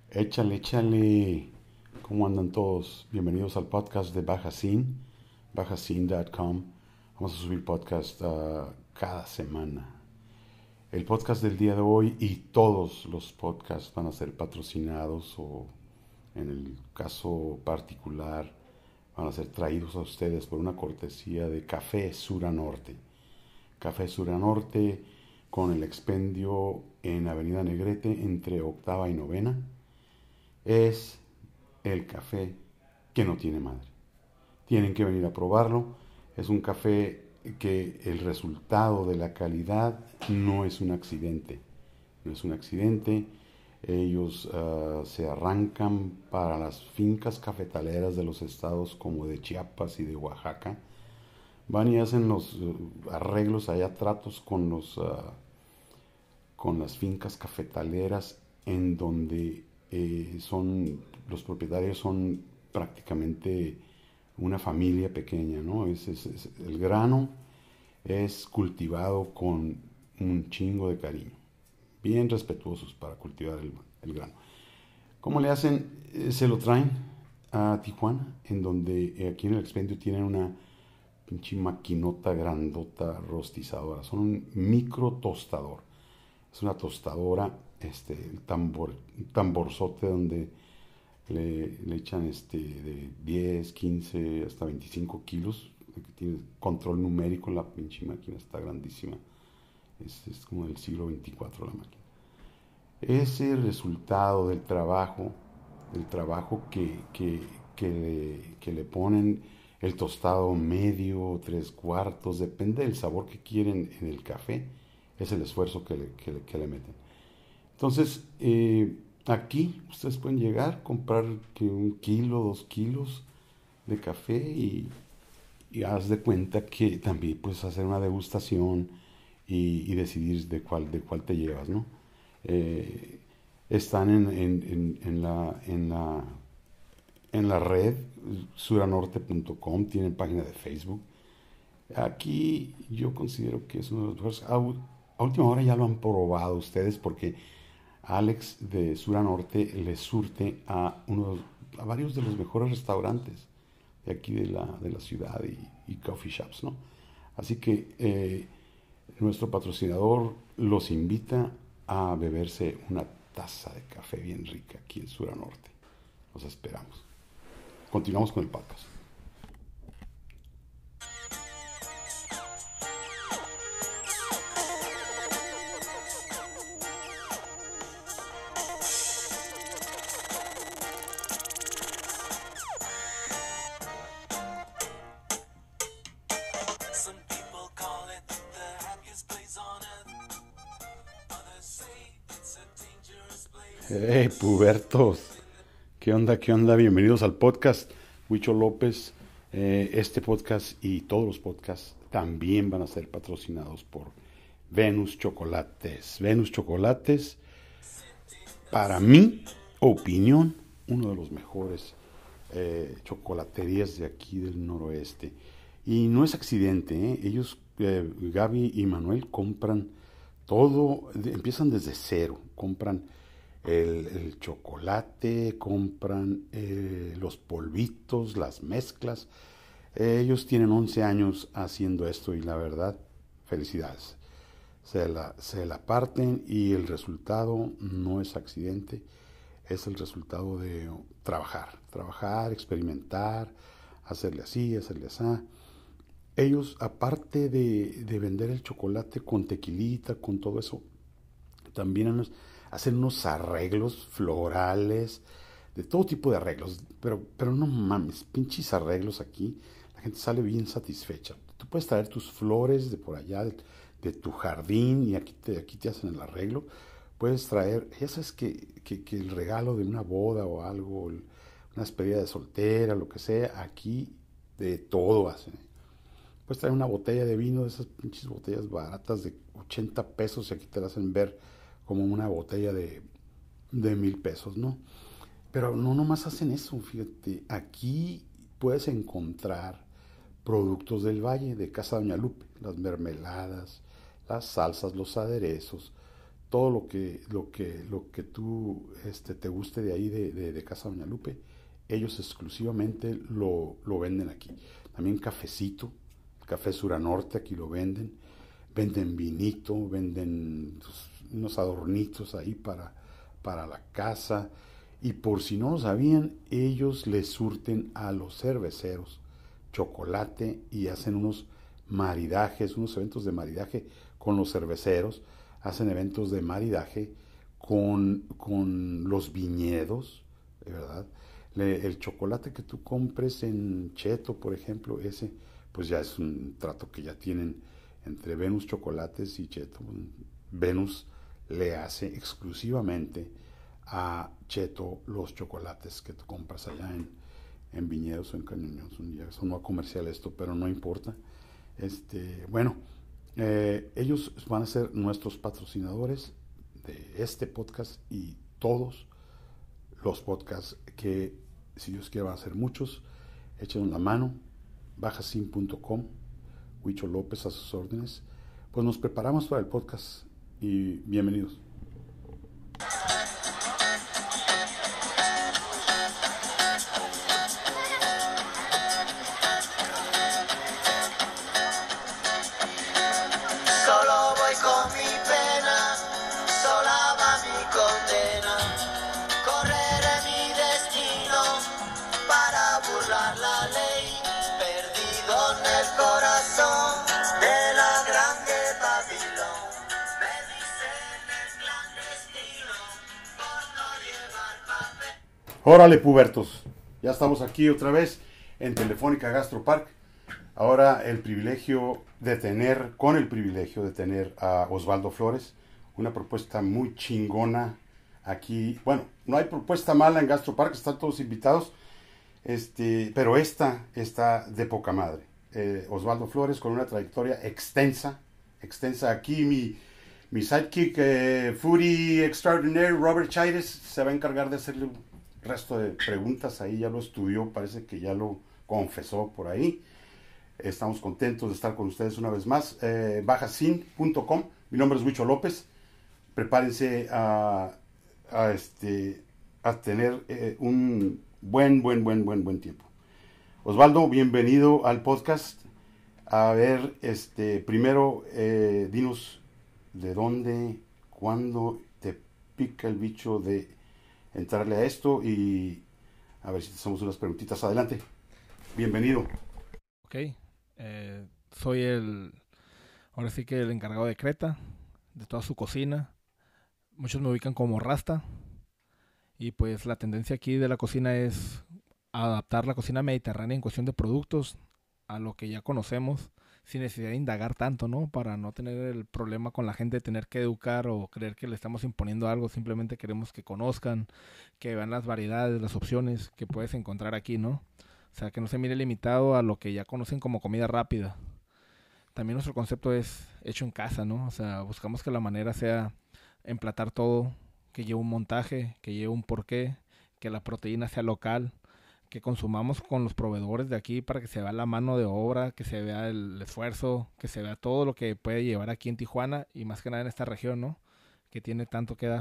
Échale, échale. ¿Cómo andan todos? Bienvenidos al podcast de Bajacin, bajacin.com. Vamos a subir podcast cada semana. El podcast del día de hoy y todos los podcasts van a ser patrocinados o, en el caso particular, van a ser traídos a ustedes por una cortesía de Café Sura Norte. Café Sura Norte con el expendio en Avenida Negrete entre octava y novena. Es el café que no tiene madre. Tienen que venir a probarlo. Es un café que el resultado de la calidad no es un accidente. No es un accidente. Ellos se arrancan para las fincas cafetaleras de los estados como de Chiapas y de Oaxaca. Van y hacen los arreglos allá, tratos con las fincas cafetaleras en donde los propietarios son prácticamente una familia pequeña, ¿no? El grano es cultivado con un chingo de cariño, bien respetuosos para cultivar el grano. ¿Cómo le hacen? Se lo traen a Tijuana, en donde aquí en el expendio tienen una pinche maquinota grandota rostizadora, son un micro tostador. Es una tostadora, el tamborzote donde le echan de 10, 15 hasta 25 kilos, que tiene control numérico, la pinche máquina está grandísima, es como del siglo XXIV la máquina. Ese resultado del trabajo que le ponen el tostado medio, tres cuartos, depende del sabor que quieren en el café, es el esfuerzo que le meten. Entonces, aquí ustedes pueden llegar, comprar que 1 kilo, 2 kilos de café y haz de cuenta que también puedes hacer una degustación y decidir de cuál te llevas, ¿no? Eh, Están en la red suranorte.com, tienen página de Facebook. Aquí yo considero que es uno de los mejores. A última hora ya lo han probado ustedes porque Alex de Sura Norte le surte a varios de los mejores restaurantes de aquí de la ciudad y coffee shops, ¿no? Así que nuestro patrocinador los invita a beberse una taza de café bien rica aquí en Sura Norte. Los esperamos. Continuamos con el podcast. Hey, pubertos. ¿Qué onda? ¿Qué onda? Bienvenidos al podcast. Huicho López. Este podcast y todos los podcasts también van a ser patrocinados por Venus Chocolates. Venus Chocolates, para mi opinión, uno de los mejores chocolaterías de aquí del noroeste. Y no es accidente, ¿eh? Ellos, Gaby y Manuel, compran todo, empiezan desde cero, compran el chocolate, compran los polvitos, las mezclas. Ellos tienen 11 años haciendo esto y la verdad, felicidades. Se la parten y el resultado no es accidente, es el resultado de trabajar, experimentar, hacerle así, hacerle así. Ellos, aparte de vender el chocolate con tequilita, con todo eso, también hacen unos arreglos florales, de todo tipo de arreglos, pero no mames, pinches arreglos aquí, la gente sale bien satisfecha. Tú puedes traer tus flores de por allá, de tu jardín, y aquí te hacen el arreglo. Puedes traer, ya sabes que el regalo de una boda o algo, una despedida de soltera, lo que sea, aquí de todo hacen. Puedes traer una botella de vino, de esas pinches botellas baratas de 80 pesos, y aquí te la hacen ver como una botella de 1,000 pesos, ¿no? Pero no nomás hacen eso, fíjate, aquí puedes encontrar productos del valle, de Casa Doña Lupe, las mermeladas, las salsas, los aderezos, todo lo que tú te guste de ahí de Casa Doña Lupe, ellos exclusivamente lo venden aquí. También cafecito, café Suranorte, aquí lo venden. Venden vinito, venden pues, unos adornitos ahí para la casa. Y por si no lo sabían, ellos les surten a los cerveceros chocolate y hacen unos maridajes, unos eventos de maridaje con los cerveceros. Hacen eventos de maridaje con los viñedos, de verdad. El chocolate que tú compres en Cheto, por ejemplo, ese, pues ya es un trato que ya tienen entre Venus Chocolates y Cheto. Venus le hace exclusivamente a Cheto los chocolates que tú compras allá en Viñedos o en Cañuños. Eso no va comercial esto, pero no importa. Bueno, ellos van a ser nuestros patrocinadores de este podcast y todos los podcasts que, si Dios quiere, van a ser muchos. Échenos la mano, bajasin.com, Huicho López a sus órdenes. Pues nos preparamos para el podcast y bienvenidos. Órale, pubertos, ya estamos aquí otra vez en Telefónica Gastropark. Ahora con el privilegio de tener a Osvaldo Flores, una propuesta muy chingona aquí. Bueno, no hay propuesta mala en Gastropark, están todos invitados, pero esta está de poca madre. Osvaldo Flores con una trayectoria extensa. Aquí mi sidekick, foodie extraordinaire, Robert Chaires, se va a encargar de hacerle resto de preguntas. Ahí ya lo estudió, parece que ya lo confesó por ahí. Estamos contentos de estar con ustedes una vez más. Bajasin.com, mi nombre es Huicho López. Prepárense a tener un buen tiempo. Osvaldo, bienvenido al podcast. A ver, primero dinos de dónde, cuándo te pica el bicho de entrarle a esto y a ver si te hacemos unas preguntitas. Adelante, bienvenido. Ok, soy ahora sí que el encargado de Creta, de toda su cocina. Muchos me ubican como Rasta y pues la tendencia aquí de la cocina es adaptar la cocina mediterránea en cuestión de productos a lo que ya conocemos, sin necesidad de indagar tanto, ¿no? Para no tener el problema con la gente de tener que educar o creer que le estamos imponiendo algo. Simplemente queremos que conozcan, que vean las variedades, las opciones que puedes encontrar aquí, ¿no? O sea, que no se mire limitado a lo que ya conocen como comida rápida. También nuestro concepto es hecho en casa, ¿no? O sea, buscamos que la manera sea emplatar todo, que lleve un montaje, que lleve un porqué, que la proteína sea local, que consumamos con los proveedores de aquí para que se vea la mano de obra, que se vea el esfuerzo, que se vea todo lo que puede llevar aquí en Tijuana y más que nada en esta región, ¿no? Que tiene tanto que dar.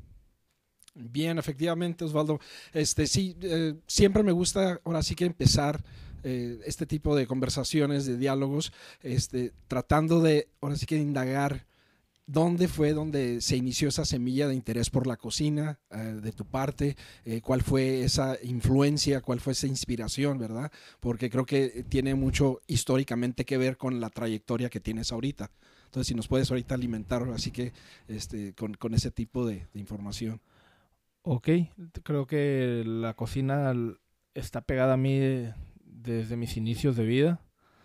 Bien, efectivamente, Osvaldo. Sí, siempre me gusta ahora sí que empezar este tipo de conversaciones, de diálogos, tratando de ahora sí que indagar ¿dónde fue donde se inició esa semilla de interés por la cocina de tu parte? ¿Cuál fue esa influencia? ¿Cuál fue esa inspiración, verdad? Porque creo que tiene mucho históricamente que ver con la trayectoria que tienes ahorita. Entonces, si nos puedes ahorita alimentar, así que con ese tipo de información. Ok, creo que la cocina está pegada a mí desde mis inicios de vida.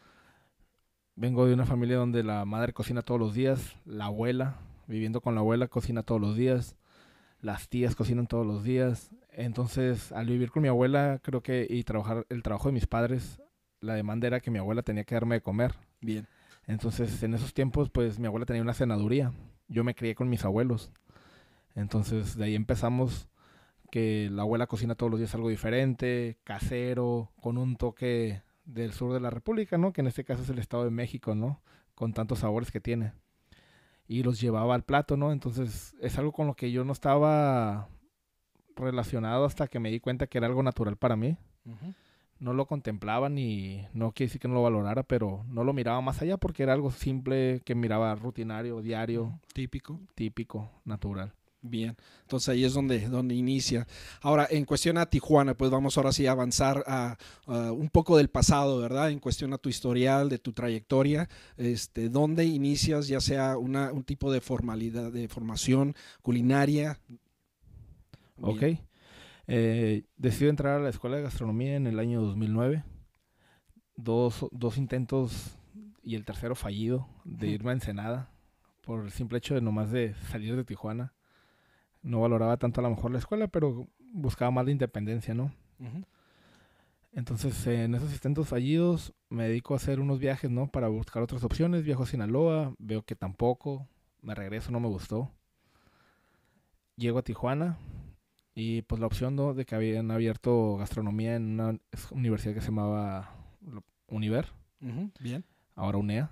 Vengo de una familia donde la madre cocina todos los días, la abuela, viviendo con la abuela, cocina todos los días, las tías cocinan todos los días. Entonces, al vivir con mi abuela, creo que y trabajar el trabajo de mis padres, la demanda era que mi abuela tenía que darme de comer. Bien. Entonces, en esos tiempos, pues mi abuela tenía una cenaduría. Yo me crié con mis abuelos. Entonces, de ahí empezamos que la abuela cocina todos los días algo diferente, casero, con un toque del sur de la República, ¿no? Que en este caso es el Estado de México, ¿no? Con tantos sabores que tiene. y los llevaba al plato, ¿no? Entonces es algo con lo que yo no estaba relacionado hasta que me di cuenta que era algo natural para mí. Ujú. No lo contemplaba ni, no quiere decir que no lo valorara, pero no lo miraba más allá porque era algo simple que miraba rutinario, diario, Típico. típico, natural. Bien, entonces ahí es donde inicia. Ahora, en cuestión a Tijuana, pues vamos ahora sí a avanzar a un poco del pasado, ¿verdad? En cuestión a tu historial, de tu trayectoria, ¿dónde inicias ya sea un tipo de formalidad, de formación culinaria? Ok. Bien. Decidí entrar a la escuela de gastronomía en el año 2009. Dos intentos y el tercero fallido de irme a Ensenada por el simple hecho de nomás de salir de Tijuana. No valoraba tanto a lo mejor la escuela, pero buscaba más la independencia, ¿no? Ujú. Entonces, en esos intentos fallidos, me dedico a hacer unos viajes, ¿no? Para buscar otras opciones. Viajo a Sinaloa, veo que tampoco, me regreso, no me gustó. Llego a Tijuana y pues la opción, ¿no? De que habían abierto gastronomía en una universidad que se llamaba Univer, Ujú. Bien. ahora UNEA.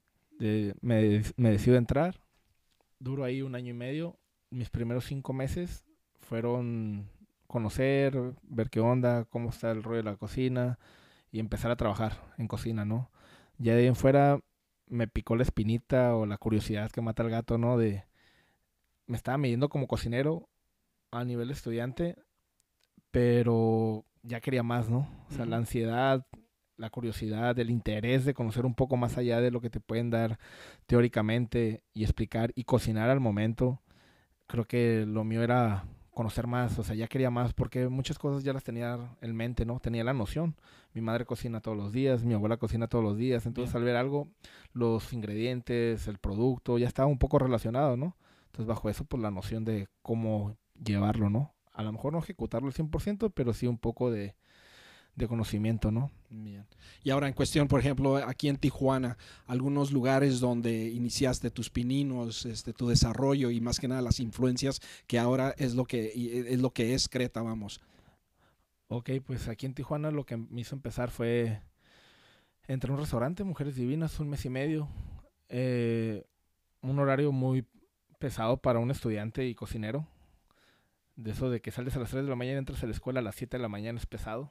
Me decido entrar, duro ahí 1 año y medio. Mis primeros 5 meses fueron conocer, ver qué onda, cómo está el rollo de la cocina y empezar a trabajar en cocina, ¿no? Ya de ahí en fuera me picó la espinita o la curiosidad que mata al gato, ¿no? Me estaba midiendo como cocinero a nivel estudiante, pero ya quería más, ¿no? O sea, Ujú. la ansiedad, la curiosidad, el interés de conocer un poco más allá de lo que te pueden dar teóricamente y explicar y cocinar al momento. Creo que lo mío era conocer más, o sea, ya quería más porque muchas cosas ya las tenía en mente, ¿no? Tenía la noción. Mi madre cocina todos los días, mi abuela cocina todos los días, entonces Bien. al ver algo, los ingredientes, el producto, ya estaba un poco relacionado, ¿no? Entonces bajo eso, pues la noción de cómo llevarlo, ¿no? A lo mejor no ejecutarlo al 100%, pero sí un poco de conocimiento, ¿no? Bien. Y ahora en cuestión, por ejemplo, aquí en Tijuana, algunos lugares donde iniciaste tus pininos, tu desarrollo y más que nada las influencias que ahora es lo que es Creta, vamos. Ok, pues aquí en Tijuana lo que me hizo empezar fue entrar a un restaurante, Mujeres Divinas, 1 mes y medio. Eh, un horario muy pesado para un estudiante y cocinero. De eso de que sales a las 3 de la mañana y entras a la escuela a las 7 de la mañana es pesado.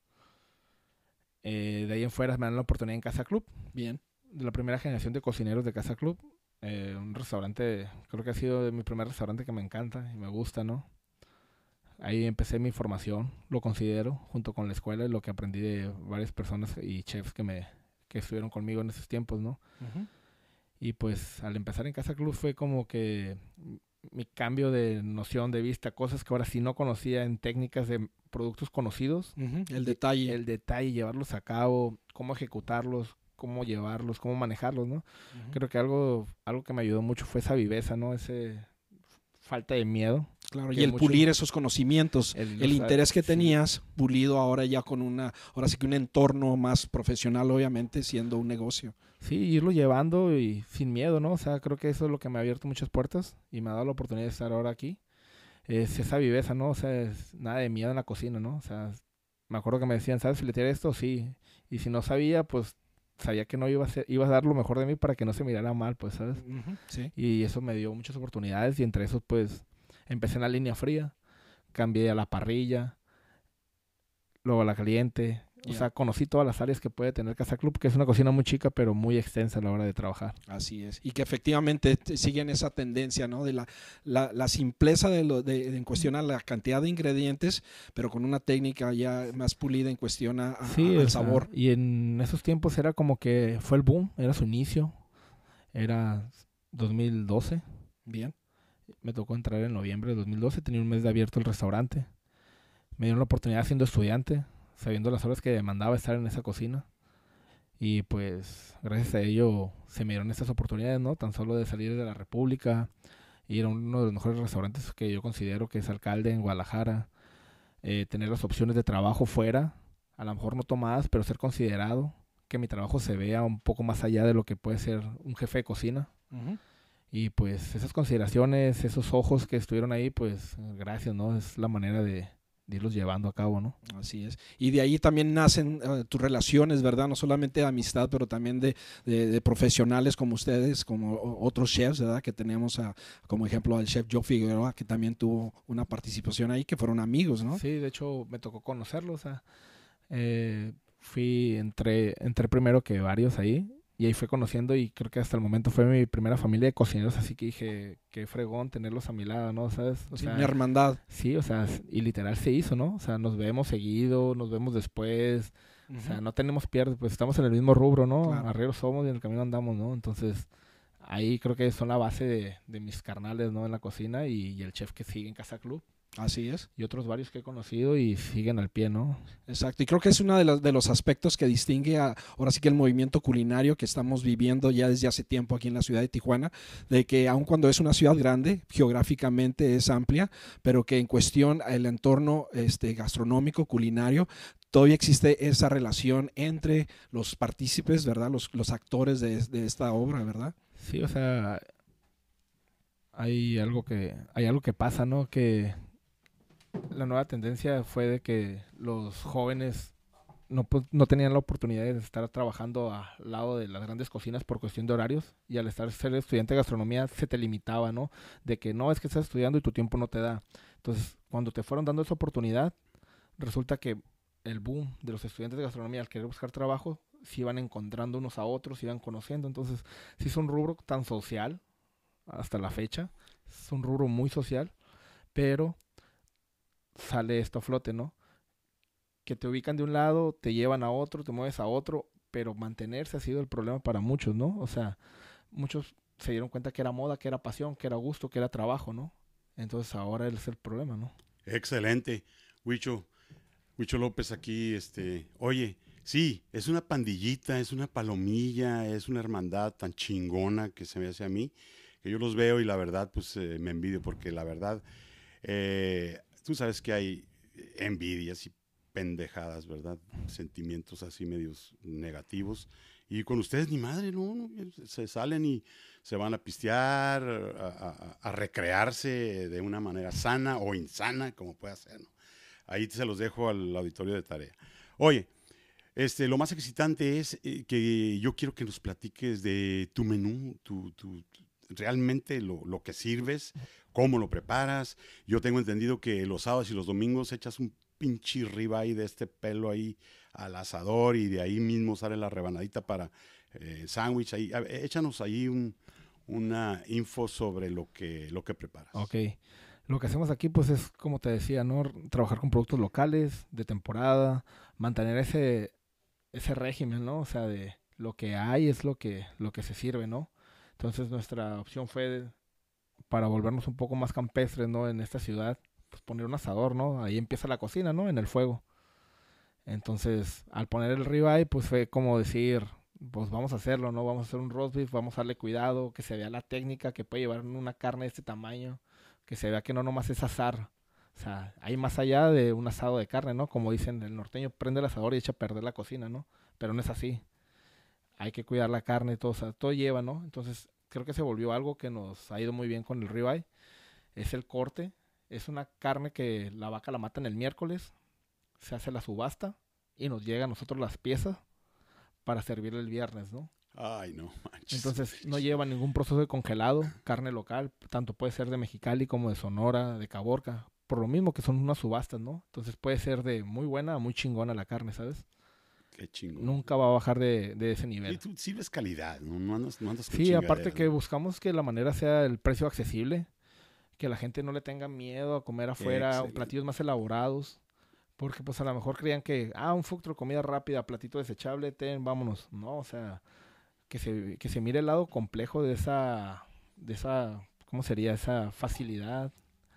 De ahí en fuera me dan la oportunidad en Casa Club, Bien. de la primera generación de cocineros de Casa Club. Un restaurante, creo que ha sido mi primer restaurante que me encanta y me gusta, ¿no? Ahí empecé mi formación, lo considero, junto con la escuela y lo que aprendí de varias personas y chefs que estuvieron conmigo en esos tiempos, ¿no? Ujú. Y pues al empezar en Casa Club fue como que mi cambio de noción de vista, cosas que ahora sí no conocía en técnicas de productos conocidos. Ujú. El detalle. El detalle, llevarlos a cabo, cómo ejecutarlos, cómo llevarlos, cómo manejarlos, ¿no? Ujú. Creo que algo que me ayudó mucho fue esa viveza, ¿no? Ese falta de miedo. Claro, que y el muchos- pulir esos conocimientos, el interés que sí, tenías, pulido ahora ya con ahora sí que un entorno más profesional, obviamente, siendo un negocio. sí, irlo llevando y sin miedo, ¿no? O sea, creo que eso es lo que me ha abierto muchas puertas y me ha dado la oportunidad de estar ahora aquí. Es esa viveza, ¿no? O sea, es nada de miedo en la cocina, ¿no? O sea, me acuerdo que me decían, ¿sabes filetear esto? Sí. Y si no sabía, pues sabía que no iba a dar lo mejor de mí para que no se mirara mal, pues, ¿sabes? Ujú. Sí. Y eso me dio muchas oportunidades y entre esos, pues, empecé en la línea fría, cambié a la parrilla, luego a la caliente. O Ya. sea, conocí todas las áreas que puede tener Casa Club, que es una cocina muy chica, pero muy extensa a la hora de trabajar. Así es. Y que efectivamente siguen esa tendencia, ¿no? De la simpleza en cuestión a la cantidad de ingredientes, pero con una técnica ya más pulida en cuestión Sí, al o sea, sabor. y en esos tiempos era como que fue el boom, era su inicio, era 2012. Bien. Me tocó entrar en noviembre de 2012, tenía un mes de abierto el restaurante. Me dieron la oportunidad siendo estudiante, sabiendo las horas que demandaba estar en esa cocina. Y pues gracias a ello se me dieron estas oportunidades, ¿no? Tan solo de salir de la República, ir a uno de los mejores restaurantes que yo considero que es Alcalde en Guadalajara, tener las opciones de trabajo fuera, a lo mejor no tomadas, pero ser considerado, que mi trabajo se vea un poco más allá de lo que puede ser un jefe de cocina. Ujú. Y pues esas consideraciones, esos ojos que estuvieron ahí, pues gracias, ¿no? Es la manera de de irlos llevando a cabo, ¿no? Así es. Y de ahí también nacen tus relaciones, ¿verdad? No solamente de amistad, pero también de profesionales como ustedes, como otros chefs, ¿verdad? Que tenemos como ejemplo al chef Joe Figueroa, que también tuvo una participación ahí, que fueron amigos, ¿no? Sí, de hecho me tocó conocerlos, o sea, entré primero que varios ahí y ahí fue conociendo y creo que hasta el momento fue mi primera familia de cocineros, así que dije, qué fregón tenerlos a mi lado, ¿no? ¿Sabes? O Sí, sea, una hermandad. sí, o sea, y literal se hizo, ¿no? O sea, nos vemos seguido, nos vemos después, o sea, no tenemos pierde, pues estamos en el mismo rubro, ¿no? Claro. Arrieros somos y en el camino andamos, ¿no? Entonces, ahí creo que son la base de mis carnales, ¿no? En la cocina y el chef que sigue en Casa Club. Así es. Y otros varios que he conocido y siguen al pie, ¿no? Exacto, y creo que es uno de los aspectos que distingue ahora sí que el movimiento culinario que estamos viviendo ya desde hace tiempo aquí en la ciudad de Tijuana, de que aun cuando es una ciudad grande, geográficamente es amplia, pero que en cuestión el entorno gastronómico, culinario, todavía existe esa relación entre los partícipes, ¿verdad? Los actores de esta obra, ¿verdad? Sí, o sea, hay algo que pasa, ¿no? Que la nueva tendencia fue de que los jóvenes no tenían la oportunidad de estar trabajando al lado de las grandes cocinas por cuestión de horarios y al ser estudiante de gastronomía se te limitaba, ¿no? De que no, es que estás estudiando y tu tiempo no te da. Entonces, cuando te fueron dando esa oportunidad, resulta que el boom de los estudiantes de gastronomía al querer buscar trabajo, se iban encontrando unos a otros, se iban conociendo. Entonces, sí es un rubro tan social hasta la fecha, es un rubro muy social, pero sale esto a flote, ¿no? Que te ubican de un lado, te llevan a otro, te mueves a otro, pero mantenerse ha sido el problema para muchos, ¿no? O sea, muchos se dieron cuenta que era moda, que era pasión, que era gusto, que era trabajo, ¿no? Entonces ahora es el problema, ¿no? Excelente. Huicho López aquí, oye, sí, es una pandillita, es una palomilla, es una hermandad tan chingona que se me hace a mí, que yo los veo y la verdad, pues me envidio porque la verdad, tú sabes que hay envidias y pendejadas, ¿verdad? Sentimientos así medios negativos. Y con ustedes ni madre, ¿no? Se salen y se van a pistear, a recrearse de una manera sana o insana, como pueda ser, ¿no? Ahí se los dejo al auditorio de tarea. Oye, lo más excitante es que yo quiero que nos platiques de tu menú, realmente lo que sirves, cómo lo preparas. Yo tengo entendido que los sábados y los domingos echas un pinche ribeye de este pelo ahí al asador y de ahí mismo sale la rebanadita para sándwich. Échanos ahí una info sobre lo que preparas. Ok. Lo que hacemos aquí, pues, es, como te decía, ¿no? Trabajar con productos locales, de temporada, mantener ese régimen, ¿no? O sea, de lo que hay es lo que se sirve, ¿no? Entonces, nuestra opción fue, para volvernos un poco más campestres, ¿no? En esta ciudad, pues, poner un asador, ¿no? Ahí empieza la cocina, ¿no? En el fuego. Entonces, al poner el ribeye, pues, fue como decir, pues, vamos a hacerlo, ¿no? Vamos a hacer un roast beef, vamos a darle cuidado, que se vea la técnica que puede llevar una carne de este tamaño, que se vea que no nomás es asar. O sea, hay más allá de un asado de carne, ¿no? Como dicen, el norteño prende el asador y echa a perder la cocina, ¿no? Pero no es así. Hay que cuidar la carne, todo, o sea, todo lleva, ¿no? Entonces, creo que se volvió algo que nos ha ido muy bien con el ribeye. Es el corte. Es una carne que la vaca la matan el miércoles, se hace la subasta y nos llega a nosotros las piezas para servir el viernes, ¿no? Ay, no manches. Entonces no lleva ningún proceso de congelado, carne local, tanto puede ser de Mexicali como de Sonora, de Caborca, por lo mismo que son unas subastas, ¿no? Entonces puede ser de muy buena a muy chingona la carne, ¿sabes? Qué chingón. Nunca va a bajar de ese nivel. Y tú sirves calidad, no andas con sí, aparte que ¿no? buscamos que la manera sea el precio accesible, que la gente no le tenga miedo a comer afuera, Excelente. platillos más elaborados, porque pues a lo mejor creían que, un food truck, comida rápida, platito desechable, vámonos. No, o sea, que se mire el lado complejo de esa, ¿cómo sería? Esa facilidad.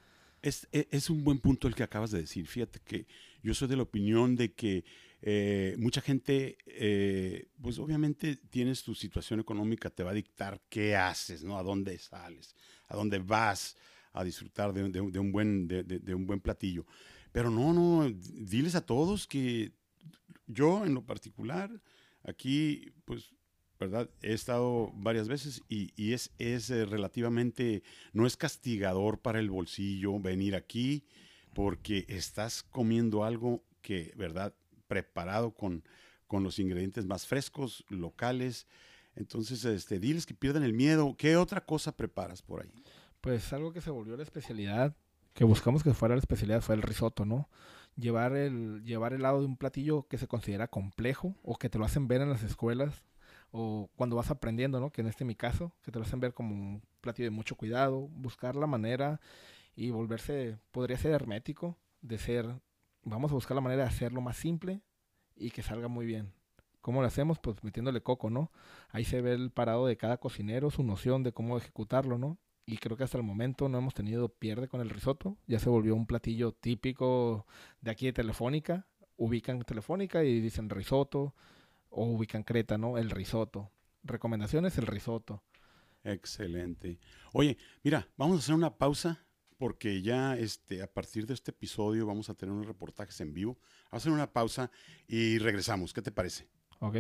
Es un buen punto el que acabas de decir. Fíjate que yo soy de la opinión de que mucha gente, pues obviamente tienes tu situación económica, te va a dictar qué haces, ¿no? A dónde sales, a dónde vas a disfrutar de un buen platillo. Pero no, diles a todos que yo en lo particular, aquí, pues, ¿verdad? He estado varias veces y es relativamente, no es castigador para el bolsillo venir aquí, porque estás comiendo algo que, ¿verdad? Preparado con los ingredientes más frescos, locales. Entonces, diles que pierdan el miedo. ¿Qué otra cosa preparas por ahí? Pues algo que se volvió la especialidad, que buscamos que fuera la especialidad, fue el risotto, ¿no? Llevar el lado de un platillo que se considera complejo o que te lo hacen ver en las escuelas o cuando vas aprendiendo, ¿no? Que en mi caso, que te lo hacen ver como un platillo de mucho cuidado, buscar la manera y podría ser hermético, vamos a buscar la manera de hacerlo más simple y que salga muy bien. ¿Cómo lo hacemos? Pues metiéndole coco, ¿no? Ahí se ve el parado de cada cocinero, su noción de cómo ejecutarlo, ¿no? Y creo que hasta el momento no hemos tenido pierde con el risotto. Ya se volvió un platillo típico de aquí de Telefónica. Ubican Telefónica y dicen risotto, o ubican Creta, ¿no? El risotto. Recomendaciones, el risotto. Excelente. Oye, mira, vamos a hacer una pausa porque ya a partir de este episodio vamos a tener unos reportajes en vivo. Vamos a hacer una pausa y regresamos. ¿Qué te parece? Ok.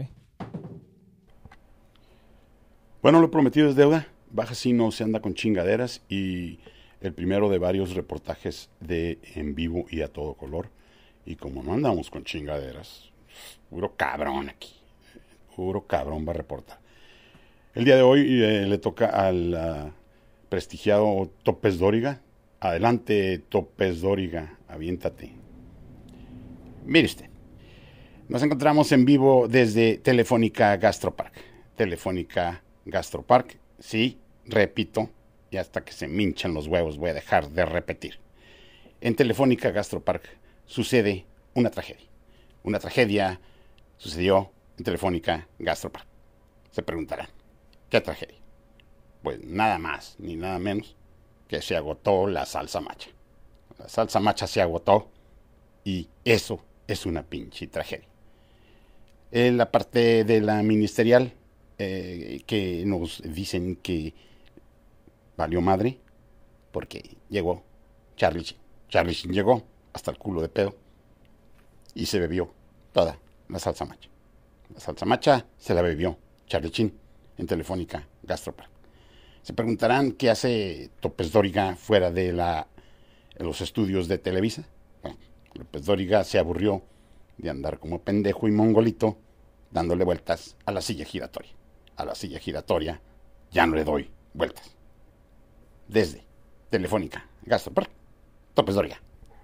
Bueno, lo prometido es deuda. Baja si no se anda con chingaderas y el primero de varios reportajes de en vivo y a todo color. Y como no andamos con chingaderas, puro cabrón aquí. Puro cabrón va a reportar. El día de hoy le toca al prestigiado Topes Dóriga. Adelante, Topes Dóriga, aviéntate. Mire usted, nos encontramos en vivo desde Telefónica Gastropark. Telefónica Gastropark, sí, repito, y hasta que se me hinchan los huevos voy a dejar de repetir. En Telefónica Gastropark sucede una tragedia. Una tragedia sucedió en Telefónica Gastropark. Se preguntarán, ¿qué tragedia? Pues nada más ni nada menos que se agotó la salsa macha. La salsa macha se agotó y eso es una pinche tragedia. En la parte de la ministerial que nos dicen que valió madre porque llegó Charlie Sheen. Charlie Sheen llegó hasta el culo de pedo y se bebió toda la salsa macha. La salsa macha se la bebió Charlie Sheen en Telefónica Gastropark. Se preguntarán qué hace Topes Dóriga fuera de los estudios de Televisa. Bueno, López Dóriga se aburrió de andar como pendejo y mongolito dándole vueltas a la silla giratoria. A la silla giratoria ya no le doy vueltas. Desde Telefónica Gastropark, Topes Dóriga.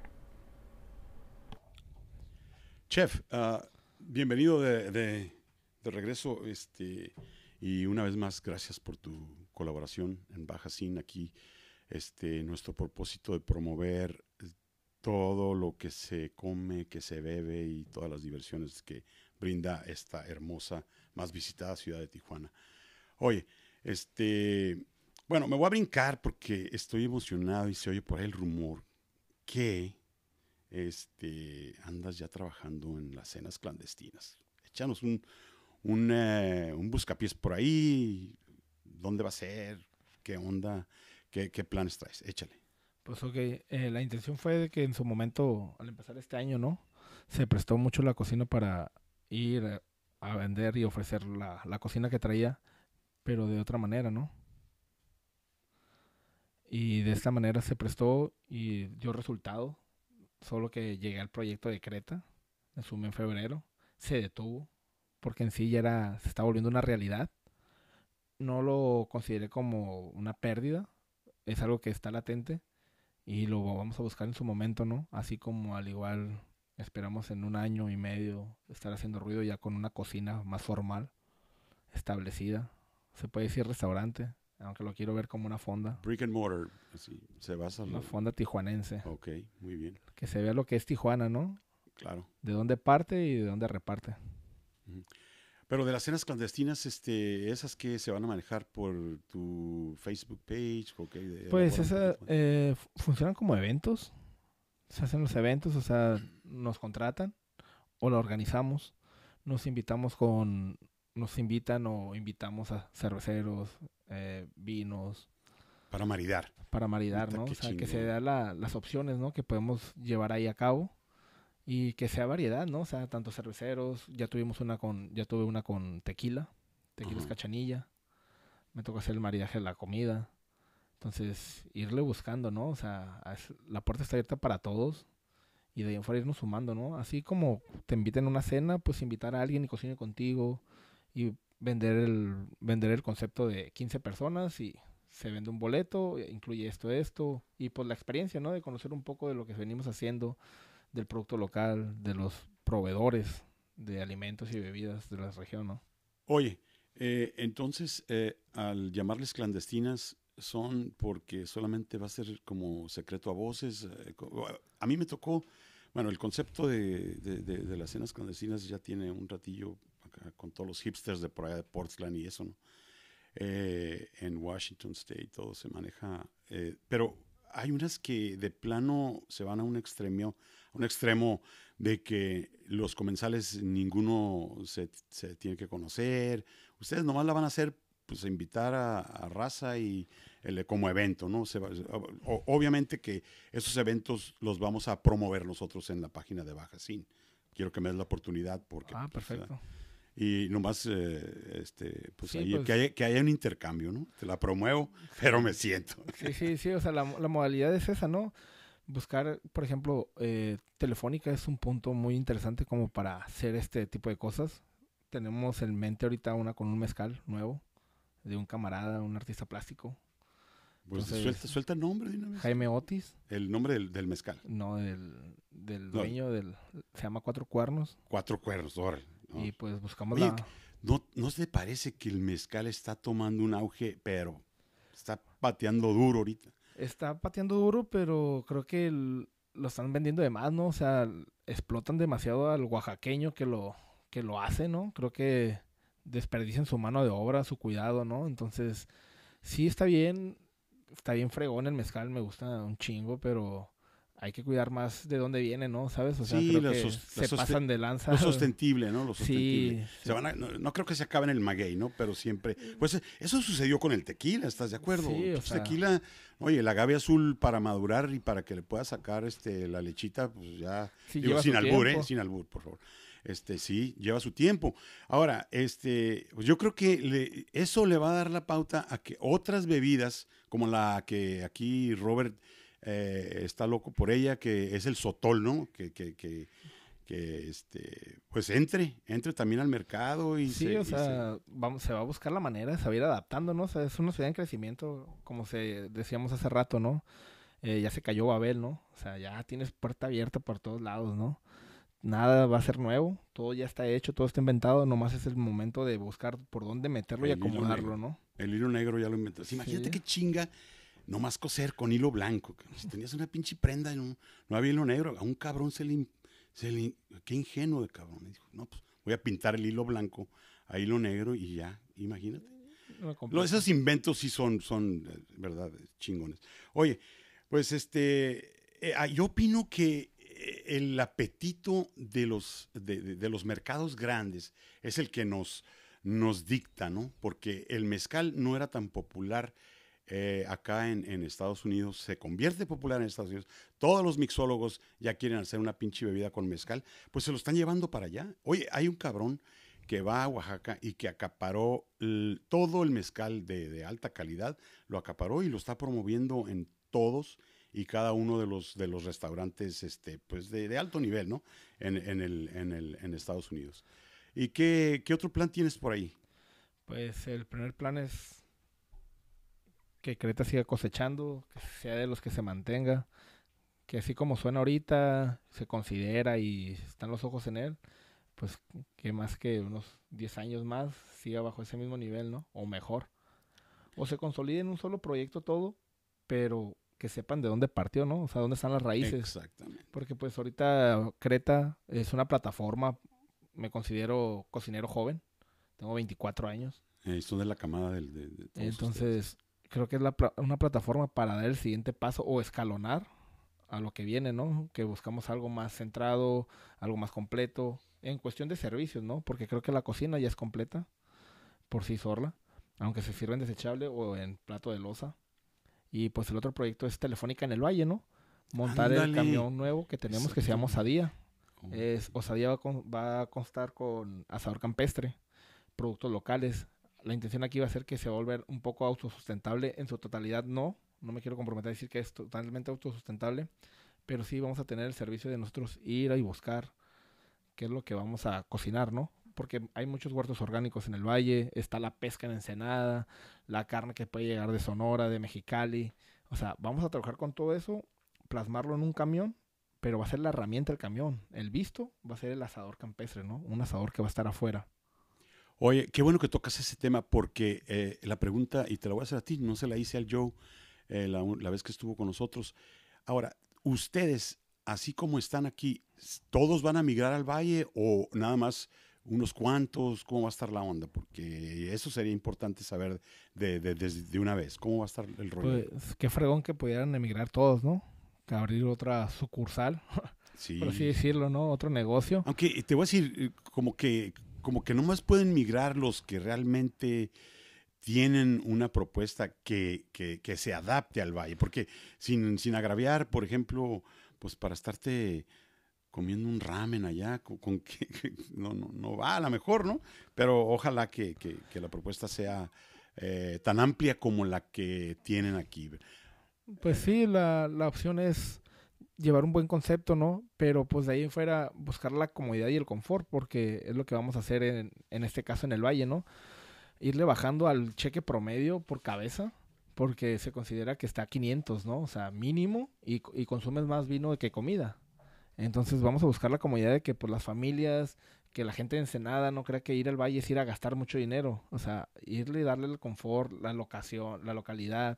Chef, bienvenido de regreso. Y una vez más, gracias por tu colaboración en Baja Sin. Aquí, nuestro propósito de promover todo lo que se come, que se bebe y todas las diversiones que brinda esta hermosa, más visitada ciudad de Tijuana. Oye, bueno, me voy a brincar porque estoy emocionado y se oye por ahí el rumor que andas ya trabajando en las cenas clandestinas. Échanos un buscapiés por ahí. ¿Dónde va a ser? ¿Qué onda? ¿Qué planes traes? Échale. Pues ok, la intención fue de que en su momento, al empezar este año, ¿no? Se prestó mucho la cocina para ir a vender y ofrecer la cocina que traía, pero de otra manera, ¿no? Y de esta manera se prestó y dio resultado, solo que llegué al proyecto de Creta, me sumé en febrero, se detuvo, porque en sí se está volviendo una realidad. No lo consideré como una pérdida, es algo que está latente y lo vamos a buscar en su momento, ¿no? Así como al igual esperamos en 1 año y medio estar haciendo ruido ya con una cocina más formal, establecida. Se puede decir restaurante, aunque lo quiero ver como una fonda. Brick and mortar, así, se basa. Una fonda tijuanense. Ok, muy bien. Que se vea lo que es Tijuana, ¿no? Claro. De dónde parte y de dónde reparte. Pero de las cenas clandestinas, esas que se van a manejar por tu Facebook page, okay, pues esas funcionan como eventos. Se hacen los eventos, o sea, nos contratan o lo organizamos. Nos invitan o invitamos a cerveceros, vinos. Para maridar. Para maridar, ¿no? O sea, que se dan las opciones, ¿no? Que podemos llevar ahí a cabo. Y que sea variedad, ¿no? O sea, tanto cerveceros, ya tuve una con tequila, Cachanilla. Me tocó hacer el maridaje de la comida. Entonces, irle buscando, ¿no? O sea, la puerta está abierta para todos y de ahí en fuera irnos sumando, ¿no? Así como te inviten a una cena, pues invitar a alguien y cocine contigo y vender el concepto de 15 personas y se vende un boleto, incluye esto, y pues la experiencia, ¿no? De conocer un poco de lo que venimos haciendo, del producto local, de los proveedores de alimentos y bebidas de la región, ¿no? Oye, entonces, al llamarles clandestinas, son porque solamente va a ser como secreto a voces. A mí me tocó, bueno, el concepto de las cenas clandestinas ya tiene un ratillo acá con todos los hipsters de por allá de Portland y eso, ¿no? En Washington State todo se maneja, pero hay unas que de plano se van a un extremo de que los comensales ninguno se tiene que conocer. Ustedes nomás la van a hacer, pues, a invitar a raza y como evento, ¿no? Obviamente que esos eventos los vamos a promover nosotros en la página de Baja Sin. Quiero que me des la oportunidad porque... Perfecto. Y nomás, pues Sí, ahí, pues, que haya un intercambio, ¿no? Te la promuevo, pero me siento. sí, o sea, la modalidad es esa, ¿no? Buscar, por ejemplo, Telefónica es un punto muy interesante como para hacer este tipo de cosas. Tenemos en mente ahorita una con un mezcal nuevo de un camarada, un artista plástico. Pues Entonces, suelta el nombre de una vez. Jaime Otis, El nombre del mezcal. no del No. dueño se llama Cuatro Cuernos. Cuatro Cuernos, órale. ¿No? Y pues buscamos Oye, ¿no te parece que el mezcal está tomando un auge, pero está pateando duro ahorita? Está pateando duro, pero creo que lo están vendiendo de más, ¿no? O sea, explotan demasiado al oaxaqueño que lo hace, ¿no? Creo que desperdician su mano de obra, su cuidado, ¿no? Entonces, sí está bien fregón el mezcal, me gusta un chingo, pero hay que cuidar más de dónde viene, ¿no? ¿Sabes? O sea, Sí, creo que se pasan de lanza. Lo sostenible, ¿no? Lo sostenible. Sí. No creo que se acabe en el maguey, ¿no? Pero siempre... Pues eso sucedió con el tequila, ¿estás de acuerdo? Sí, o Pues sea, tequila, oye, el agave azul para madurar y para que le pueda sacar la lechita, pues ya... sí, digo, lleva sin su albur, tiempo. Sin albur, por favor. Sí, lleva su tiempo. Ahora, pues yo creo que eso le va a dar la pauta a que otras bebidas, como la que aquí Robert está loco por ella, que es el sotol, ¿no? Pues entre también al mercado y Sí, o sea, se va a buscar la manera de saber adaptando, ¿no? O sea, es una ciudad en crecimiento, como decíamos hace rato, ¿no? Ya se cayó Babel, ¿no? O sea, ya tienes puerta abierta por todos lados, ¿no? Nada va a ser nuevo, todo ya está hecho, todo está inventado, nomás es el momento de buscar por dónde meterlo y El hilo acomodarlo, negro. ¿no? El hilo negro ya lo inventó. Imagínate Sí. qué chinga nomás coser con hilo blanco. Si tenías una pinche prenda y no había hilo negro, a un cabrón qué ingenuo de cabrón. Me dijo, no, pues voy a pintar el hilo blanco a hilo negro y ya, imagínate. Esos inventos sí son verdad, chingones. Oye, pues yo opino que el apetito de los mercados grandes es el que nos dicta, ¿no? Porque el mezcal no era tan popular acá en Estados Unidos, se convierte popular en Estados Unidos. Todos los mixólogos ya quieren hacer una pinche bebida con mezcal, pues se lo están llevando para allá. Oye, hay un cabrón que va a Oaxaca y que acaparó todo el mezcal de alta calidad, lo acaparó y lo está promoviendo en todos y cada uno de los restaurantes pues de alto nivel, ¿no? En Estados Unidos. ¿Y qué otro plan tienes por ahí? Pues el primer plan es que Creta siga cosechando, que sea de los que se mantenga, que así como suena ahorita, se considera y están los ojos en él, pues que más que unos 10 años más siga bajo ese mismo nivel, ¿no? O mejor. O se consolide en un solo proyecto todo, pero que sepan de dónde partió, ¿no? O sea, dónde están las raíces. Exactamente. Porque pues ahorita Creta es una plataforma, me considero cocinero joven, tengo 24 años. Son de la camada de todos Entonces, ustedes. creo que es una plataforma para dar el siguiente paso o escalonar a lo que viene, ¿no? Que buscamos algo más centrado, algo más completo, en cuestión de servicios, ¿no? Porque creo que la cocina ya es completa por sí sola, aunque se sirva en desechable o en plato de loza. Y pues el otro proyecto es Telefónica en el Valle, ¿no? Montar Ándale. el camión nuevo que tenemos que se llama Exacto. Osadía. Oh. Osadía va a constar con asador campestre, productos locales. La intención aquí va a ser que se va a volver un poco autosustentable en su totalidad, no No me quiero comprometer a decir que es totalmente autosustentable, pero sí vamos a tener el servicio de nosotros ir y buscar qué es lo que vamos a cocinar, ¿no? Porque hay muchos huertos orgánicos en el valle, está la pesca en Ensenada, la carne que puede llegar de Sonora, de Mexicali. O sea, vamos a trabajar con todo eso, plasmarlo en un camión, pero va a ser la herramienta el camión. El visto va a ser el asador campestre, ¿no? Un asador que va a estar afuera. Oye, qué bueno que tocas ese tema porque la pregunta, y te la voy a hacer a ti, no se la hice al Joe la vez que estuvo con nosotros. Ahora, ustedes, así como están aquí, ¿todos van a migrar al valle o nada más unos cuantos? ¿Cómo va a estar la onda? Porque eso sería importante saber de una vez. ¿Cómo va a estar el rollo? Pues qué fregón que pudieran emigrar todos, ¿no? Que abrir otra sucursal, por así Sí. decirlo, ¿no? Otro negocio. Aunque te voy a decir, como que nomás pueden migrar los que realmente tienen una propuesta que se adapte al valle. Porque sin agraviar, por ejemplo, pues para estarte comiendo un ramen allá, no va a lo mejor, ¿no? Pero ojalá que la propuesta sea tan amplia como la que tienen aquí. Pues sí, la opción es llevar un buen concepto, ¿no? Pero pues de ahí en fuera buscar la comodidad y el confort, porque es lo que vamos a hacer en este caso en el valle, ¿no? Irle bajando al cheque promedio por cabeza, porque se considera que está a 500, ¿no? O sea, mínimo, y consumes más vino que comida. Entonces vamos a buscar la comodidad de que pues las familias, que la gente de Ensenada no crea que ir al valle es ir a gastar mucho dinero. O sea, irle y darle el confort, la locación, la localidad,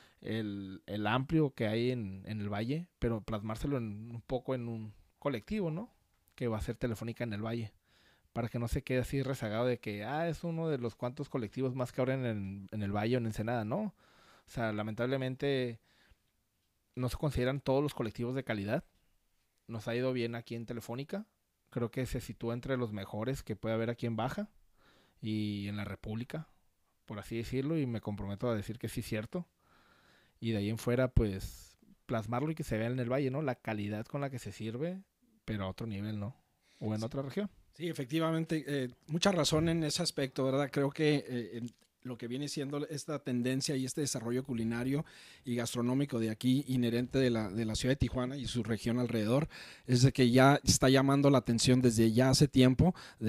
el amplio que hay en el valle, pero plasmárselo un poco en un colectivo, ¿no? Que va a ser Telefónica en el Valle, para que no se quede así rezagado de que, es uno de los cuantos colectivos más que ahora en el Valle o en Ensenada, ¿no? O sea, lamentablemente no se consideran todos los colectivos de calidad. Nos ha ido bien aquí en Telefónica, creo que se sitúa entre los mejores que puede haber aquí en Baja y en la República, por así decirlo, y me comprometo a decir que sí es cierto. Y de ahí en fuera, pues, plasmarlo y que se vea en el valle, ¿no? La calidad con la que se sirve, pero a otro nivel, ¿no? O en otra región. Sí, efectivamente, mucha razón en ese aspecto, ¿verdad? Creo que lo que viene siendo esta tendencia y este desarrollo culinario y gastronómico de aquí, inherente de la ciudad de Tijuana y su región alrededor, es de que ya está llamando la atención desde ya hace tiempo,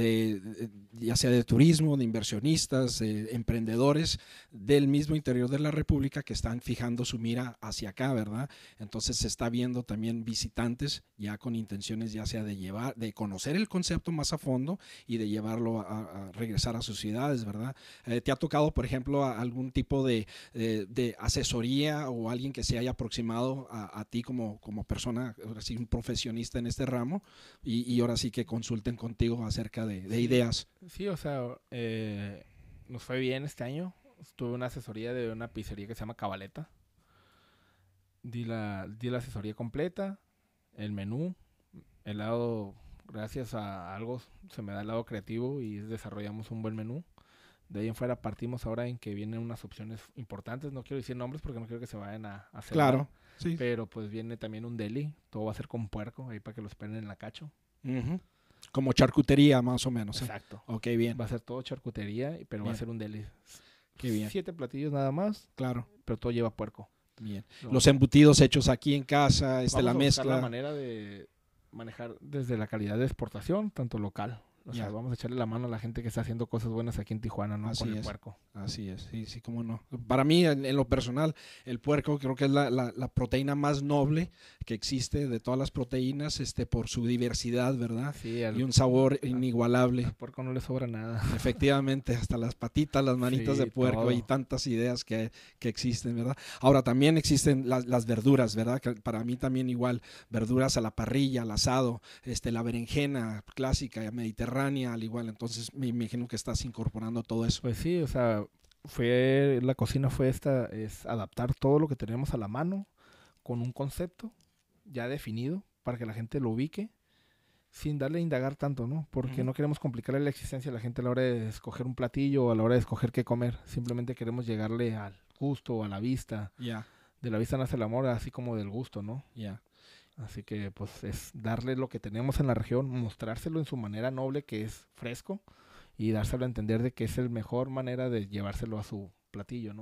ya sea de turismo, de inversionistas, emprendedores del mismo interior de la República que están fijando su mira hacia acá, ¿verdad? Entonces se está viendo también visitantes ya con intenciones ya sea de conocer el concepto más a fondo y de llevarlo a regresar a sus ciudades, ¿verdad? ¿Te ha tocado, por ejemplo, algún tipo de asesoría o alguien que se haya aproximado a ti como persona, ahora sí, un profesionista en este ramo y ahora sí que consulten contigo acerca de ideas? Sí, o sea, nos fue bien este año. Tuve una asesoría de una pizzería que se llama Cabaleta. Di la asesoría completa, el menú, el lado, gracias a algo se me da el lado creativo y desarrollamos un buen menú. De ahí en fuera partimos ahora en que vienen unas opciones importantes. No quiero decir nombres porque no quiero que se vayan a hacer. Claro, sí. Pero pues viene también un deli. Todo va a ser con puerco, ahí para que lo esperen en la cacho. Uh-huh. Como charcutería más o menos. Exacto. Ok, bien. Va a ser todo charcutería, pero bien. va a ser un deli. Qué bien. 7 platillos nada más. Claro. Pero todo lleva puerco. Bien. No. Los embutidos hechos aquí en casa, la mezcla. La manera de manejar desde la calidad de exportación, tanto local. O sea, vamos a echarle la mano a la gente que está haciendo cosas buenas aquí en Tijuana, ¿no? Así con el es. puerco. Así es, sí, cómo no. Para mí, en lo personal, el puerco creo que es la proteína más noble que existe de todas las proteínas, por su diversidad, ¿verdad? Sí, y un sabor inigualable. Al puerco no le sobra nada. Efectivamente, hasta las patitas, las manitas de puerco, todo. y tantas ideas que existen, ¿verdad? Ahora, también existen las verduras, ¿verdad? Que para mí también igual, verduras a la parrilla, al asado, la berenjena clásica, mediterránea, al igual. Entonces me imagino que estás incorporando todo eso. Pues sí, o sea, la cocina fue es adaptar todo lo que tenemos a la mano con un concepto ya definido para que la gente lo ubique sin darle a indagar tanto, ¿no? Porque no queremos complicarle la existencia a la gente a la hora de escoger un platillo o a la hora de escoger qué comer. Simplemente queremos llegarle al gusto, a la vista. De la vista nace el amor, así como del gusto, ¿no? Así que pues es darle lo que tenemos en la región, mostrárselo en su manera noble, que es fresco, y dárselo a entender de que es la mejor manera de llevárselo a su platillo, ¿no?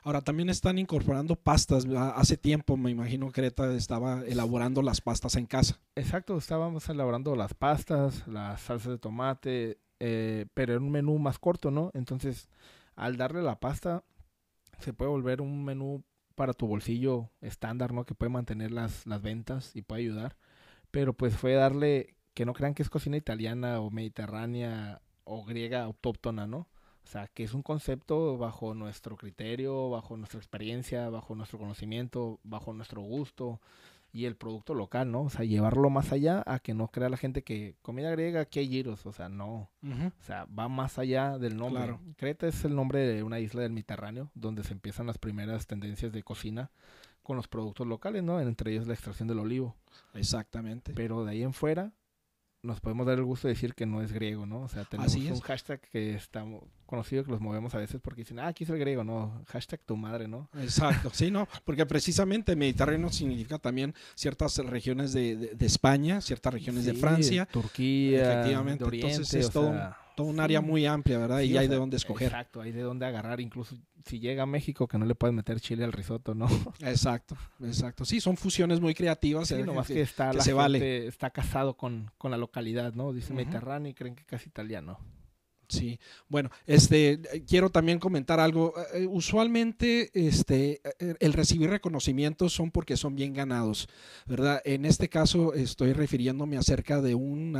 Ahora también están incorporando pastas, ¿verdad? Hace tiempo me imagino Creta estaba elaborando las pastas en casa. Exacto, estábamos elaborando las pastas, las salsas de tomate, pero en un menú más corto, ¿no? Entonces, al darle la pasta, se puede volver un menú para tu bolsillo estándar, ¿no? Que puede mantener las ventas y puede ayudar. Pero pues fue darle, que no crean que es cocina italiana o mediterránea o griega autóctona, ¿no? O sea, que es un concepto bajo nuestro criterio, bajo nuestra experiencia, bajo nuestro conocimiento, bajo nuestro gusto y el producto local, ¿no? O sea, llevarlo más allá a que no crea la gente que comida griega, aquí hay gyros, o sea, no. Ujú. O sea, va más allá del nombre. Claro. Creta es el nombre de una isla del Mediterráneo donde se empiezan las primeras tendencias de cocina con los productos locales, ¿no? Entre ellos la extracción del olivo. Exactamente. Pero de ahí en fuera nos podemos dar el gusto de decir que no es griego, ¿no? O sea, tenemos Así un es. hashtag que está conocido que los movemos a veces porque dicen, aquí es el griego, no, hashtag tu madre, ¿no? Exacto, sí, no, porque precisamente Mediterráneo significa también ciertas regiones de España, ciertas regiones de Sí, Francia, Turquía, efectivamente, de Oriente, entonces es o todo, sea, todo un sí, área muy amplia, ¿verdad? sí, Y o hay de sea, dónde escoger. exacto, hay de dónde agarrar, incluso si llega a México que no le puedes meter chile al risotto, ¿no? Exacto, exacto. Sí, son fusiones muy creativas. Sí, nomás que está que la se gente, vale. está casado con la localidad, ¿no? Dice Ujú. Mediterráneo y creen que casi italiano. Sí, bueno, quiero también comentar algo. Usualmente, el recibir reconocimientos son porque son bien ganados, ¿verdad? En este caso, estoy refiriéndome acerca de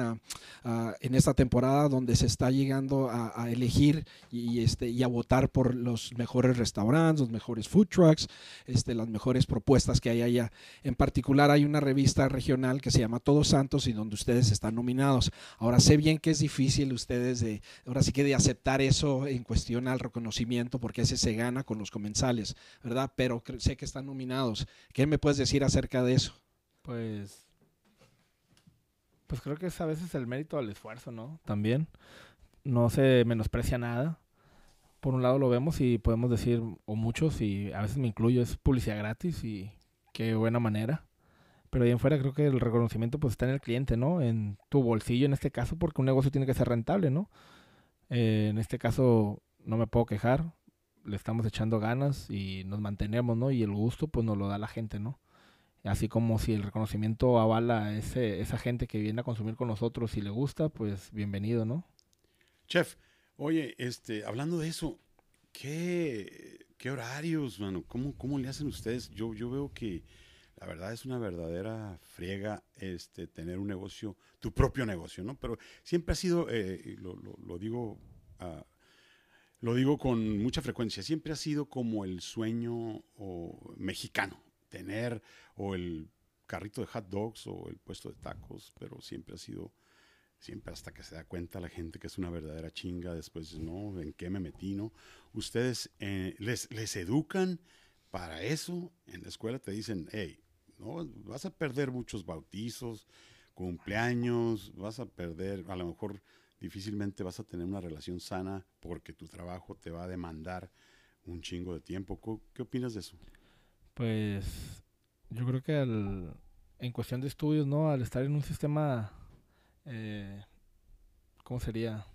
en esta temporada donde se está llegando a elegir y a votar por los mejores restaurantes, los mejores food trucks, las mejores propuestas que hay allá. En particular, hay una revista regional que se llama Todos Santos y donde ustedes están nominados. Ahora, sé bien que es difícil ustedes ahora sí que de aceptar eso en cuestión al reconocimiento, porque ese se gana con los comensales, ¿verdad? Pero sé que están nominados. ¿Qué me puedes decir acerca de eso? Pues creo que es a veces el mérito al esfuerzo, ¿no? También no se menosprecia nada. Por un lado lo vemos y podemos decir, o muchos, y a veces me incluyo, es publicidad gratis y qué buena manera. Pero ahí en fuera creo que el reconocimiento pues está en el cliente, ¿no? En tu bolsillo en este caso, porque un negocio tiene que ser rentable, ¿no? En este caso no me puedo quejar, le estamos echando ganas y nos mantenemos, ¿no? Y el gusto pues nos lo da la gente, ¿no? Así como si el reconocimiento avala a esa gente que viene a consumir con nosotros y le gusta, pues bienvenido, ¿no? Chef, oye, hablando de eso, ¿qué horarios, mano? ¿Cómo le hacen ustedes? Yo veo que la verdad es una verdadera friega tener un negocio, tu propio negocio, ¿no? Pero siempre ha sido, lo digo, lo digo con mucha frecuencia, siempre ha sido como el sueño mexicano, tener o el carrito de hot dogs o el puesto de tacos, pero siempre ha sido, siempre hasta que se da cuenta la gente que es una verdadera chinga, después, ¿no? ¿En qué me metí, no? Ustedes les educan para eso, en la escuela te dicen, hey, no, vas a perder muchos bautizos, cumpleaños, vas a perder, a lo mejor difícilmente vas a tener una relación sana porque tu trabajo te va a demandar un chingo de tiempo. ¿Qué opinas de eso? Pues yo creo que en cuestión de estudios, ¿no? Al estar en un sistema, ¿cómo sería?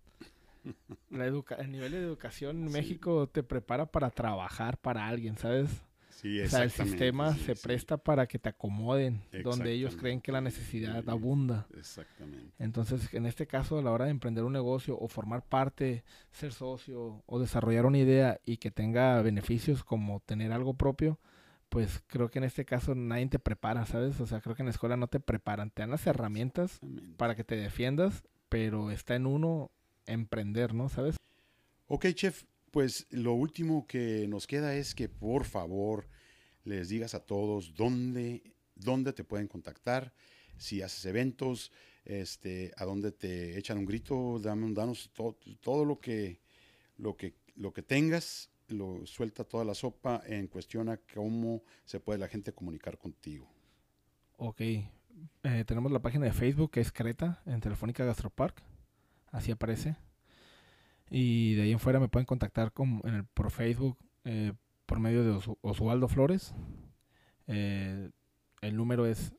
El nivel de educación en Sí. México te prepara para trabajar para alguien, ¿sabes? Sí, O sea, el exactamente. sistema sí, se sí. presta para que te acomoden, donde ellos creen que la necesidad abunda. Exactamente. Entonces, en este caso, a la hora de emprender un negocio o formar parte, ser socio o desarrollar una idea y que tenga beneficios como tener algo propio, pues creo que en este caso nadie te prepara, ¿sabes? O sea, creo que en la escuela no te preparan, te dan las herramientas Exactamente. para que te defiendas, pero está en uno emprender, ¿no? ¿Sabes? Ok, chef, pues lo último que nos queda es que por favor les digas a todos dónde te pueden contactar, si haces eventos, a dónde te echan un grito, danos todo lo que tengas, suelta toda la sopa en cuestión a cómo se puede la gente comunicar contigo. Ok. Tenemos la página de Facebook que es Creta, en Telefónica Gastropark. Así aparece. Y de ahí en fuera me pueden contactar por Facebook por medio de Osvaldo Flores. El número es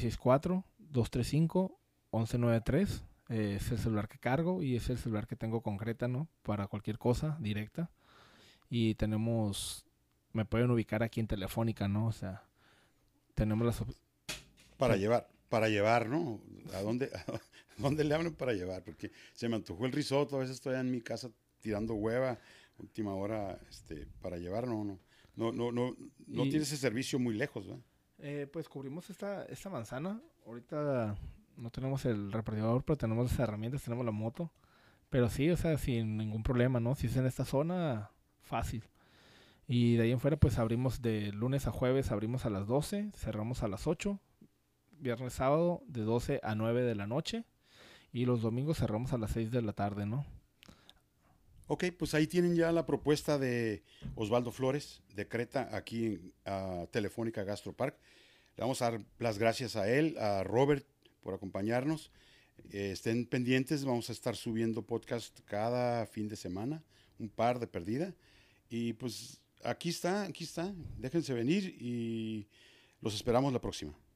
664-235-1193. Es el celular que cargo y es el celular que tengo concreta, ¿no? Para cualquier cosa directa. Y tenemos me pueden ubicar aquí en Telefónica, ¿no? O sea, tenemos las... Para Sí. llevar, ¿no? ¿A dónde le hablan para llevar? Porque se me antojó el risotto, a veces estoy en mi casa tirando hueva, última hora, para llevar, no Y tiene ese servicio muy lejos, ¿verdad? pues cubrimos esta manzana. Ahorita no tenemos el repartidor, pero tenemos las herramientas, tenemos la moto. Pero sí, o sea, sin ningún problema, ¿no? Si es en esta zona, fácil. Y de ahí en fuera, pues abrimos de lunes a jueves, abrimos a las 12, cerramos a las 8, viernes, sábado, de 12 a 9 de la noche. Y los domingos cerramos a las 6 de la tarde, ¿no? Ok, pues ahí tienen ya la propuesta de Osvaldo Flores de Creta aquí en Telefónica Gastropark. Le vamos a dar las gracias a él, a Robert por acompañarnos. Estén pendientes, vamos a estar subiendo podcast cada fin de semana, un par de perdida. Y pues aquí está, déjense venir y los esperamos la próxima.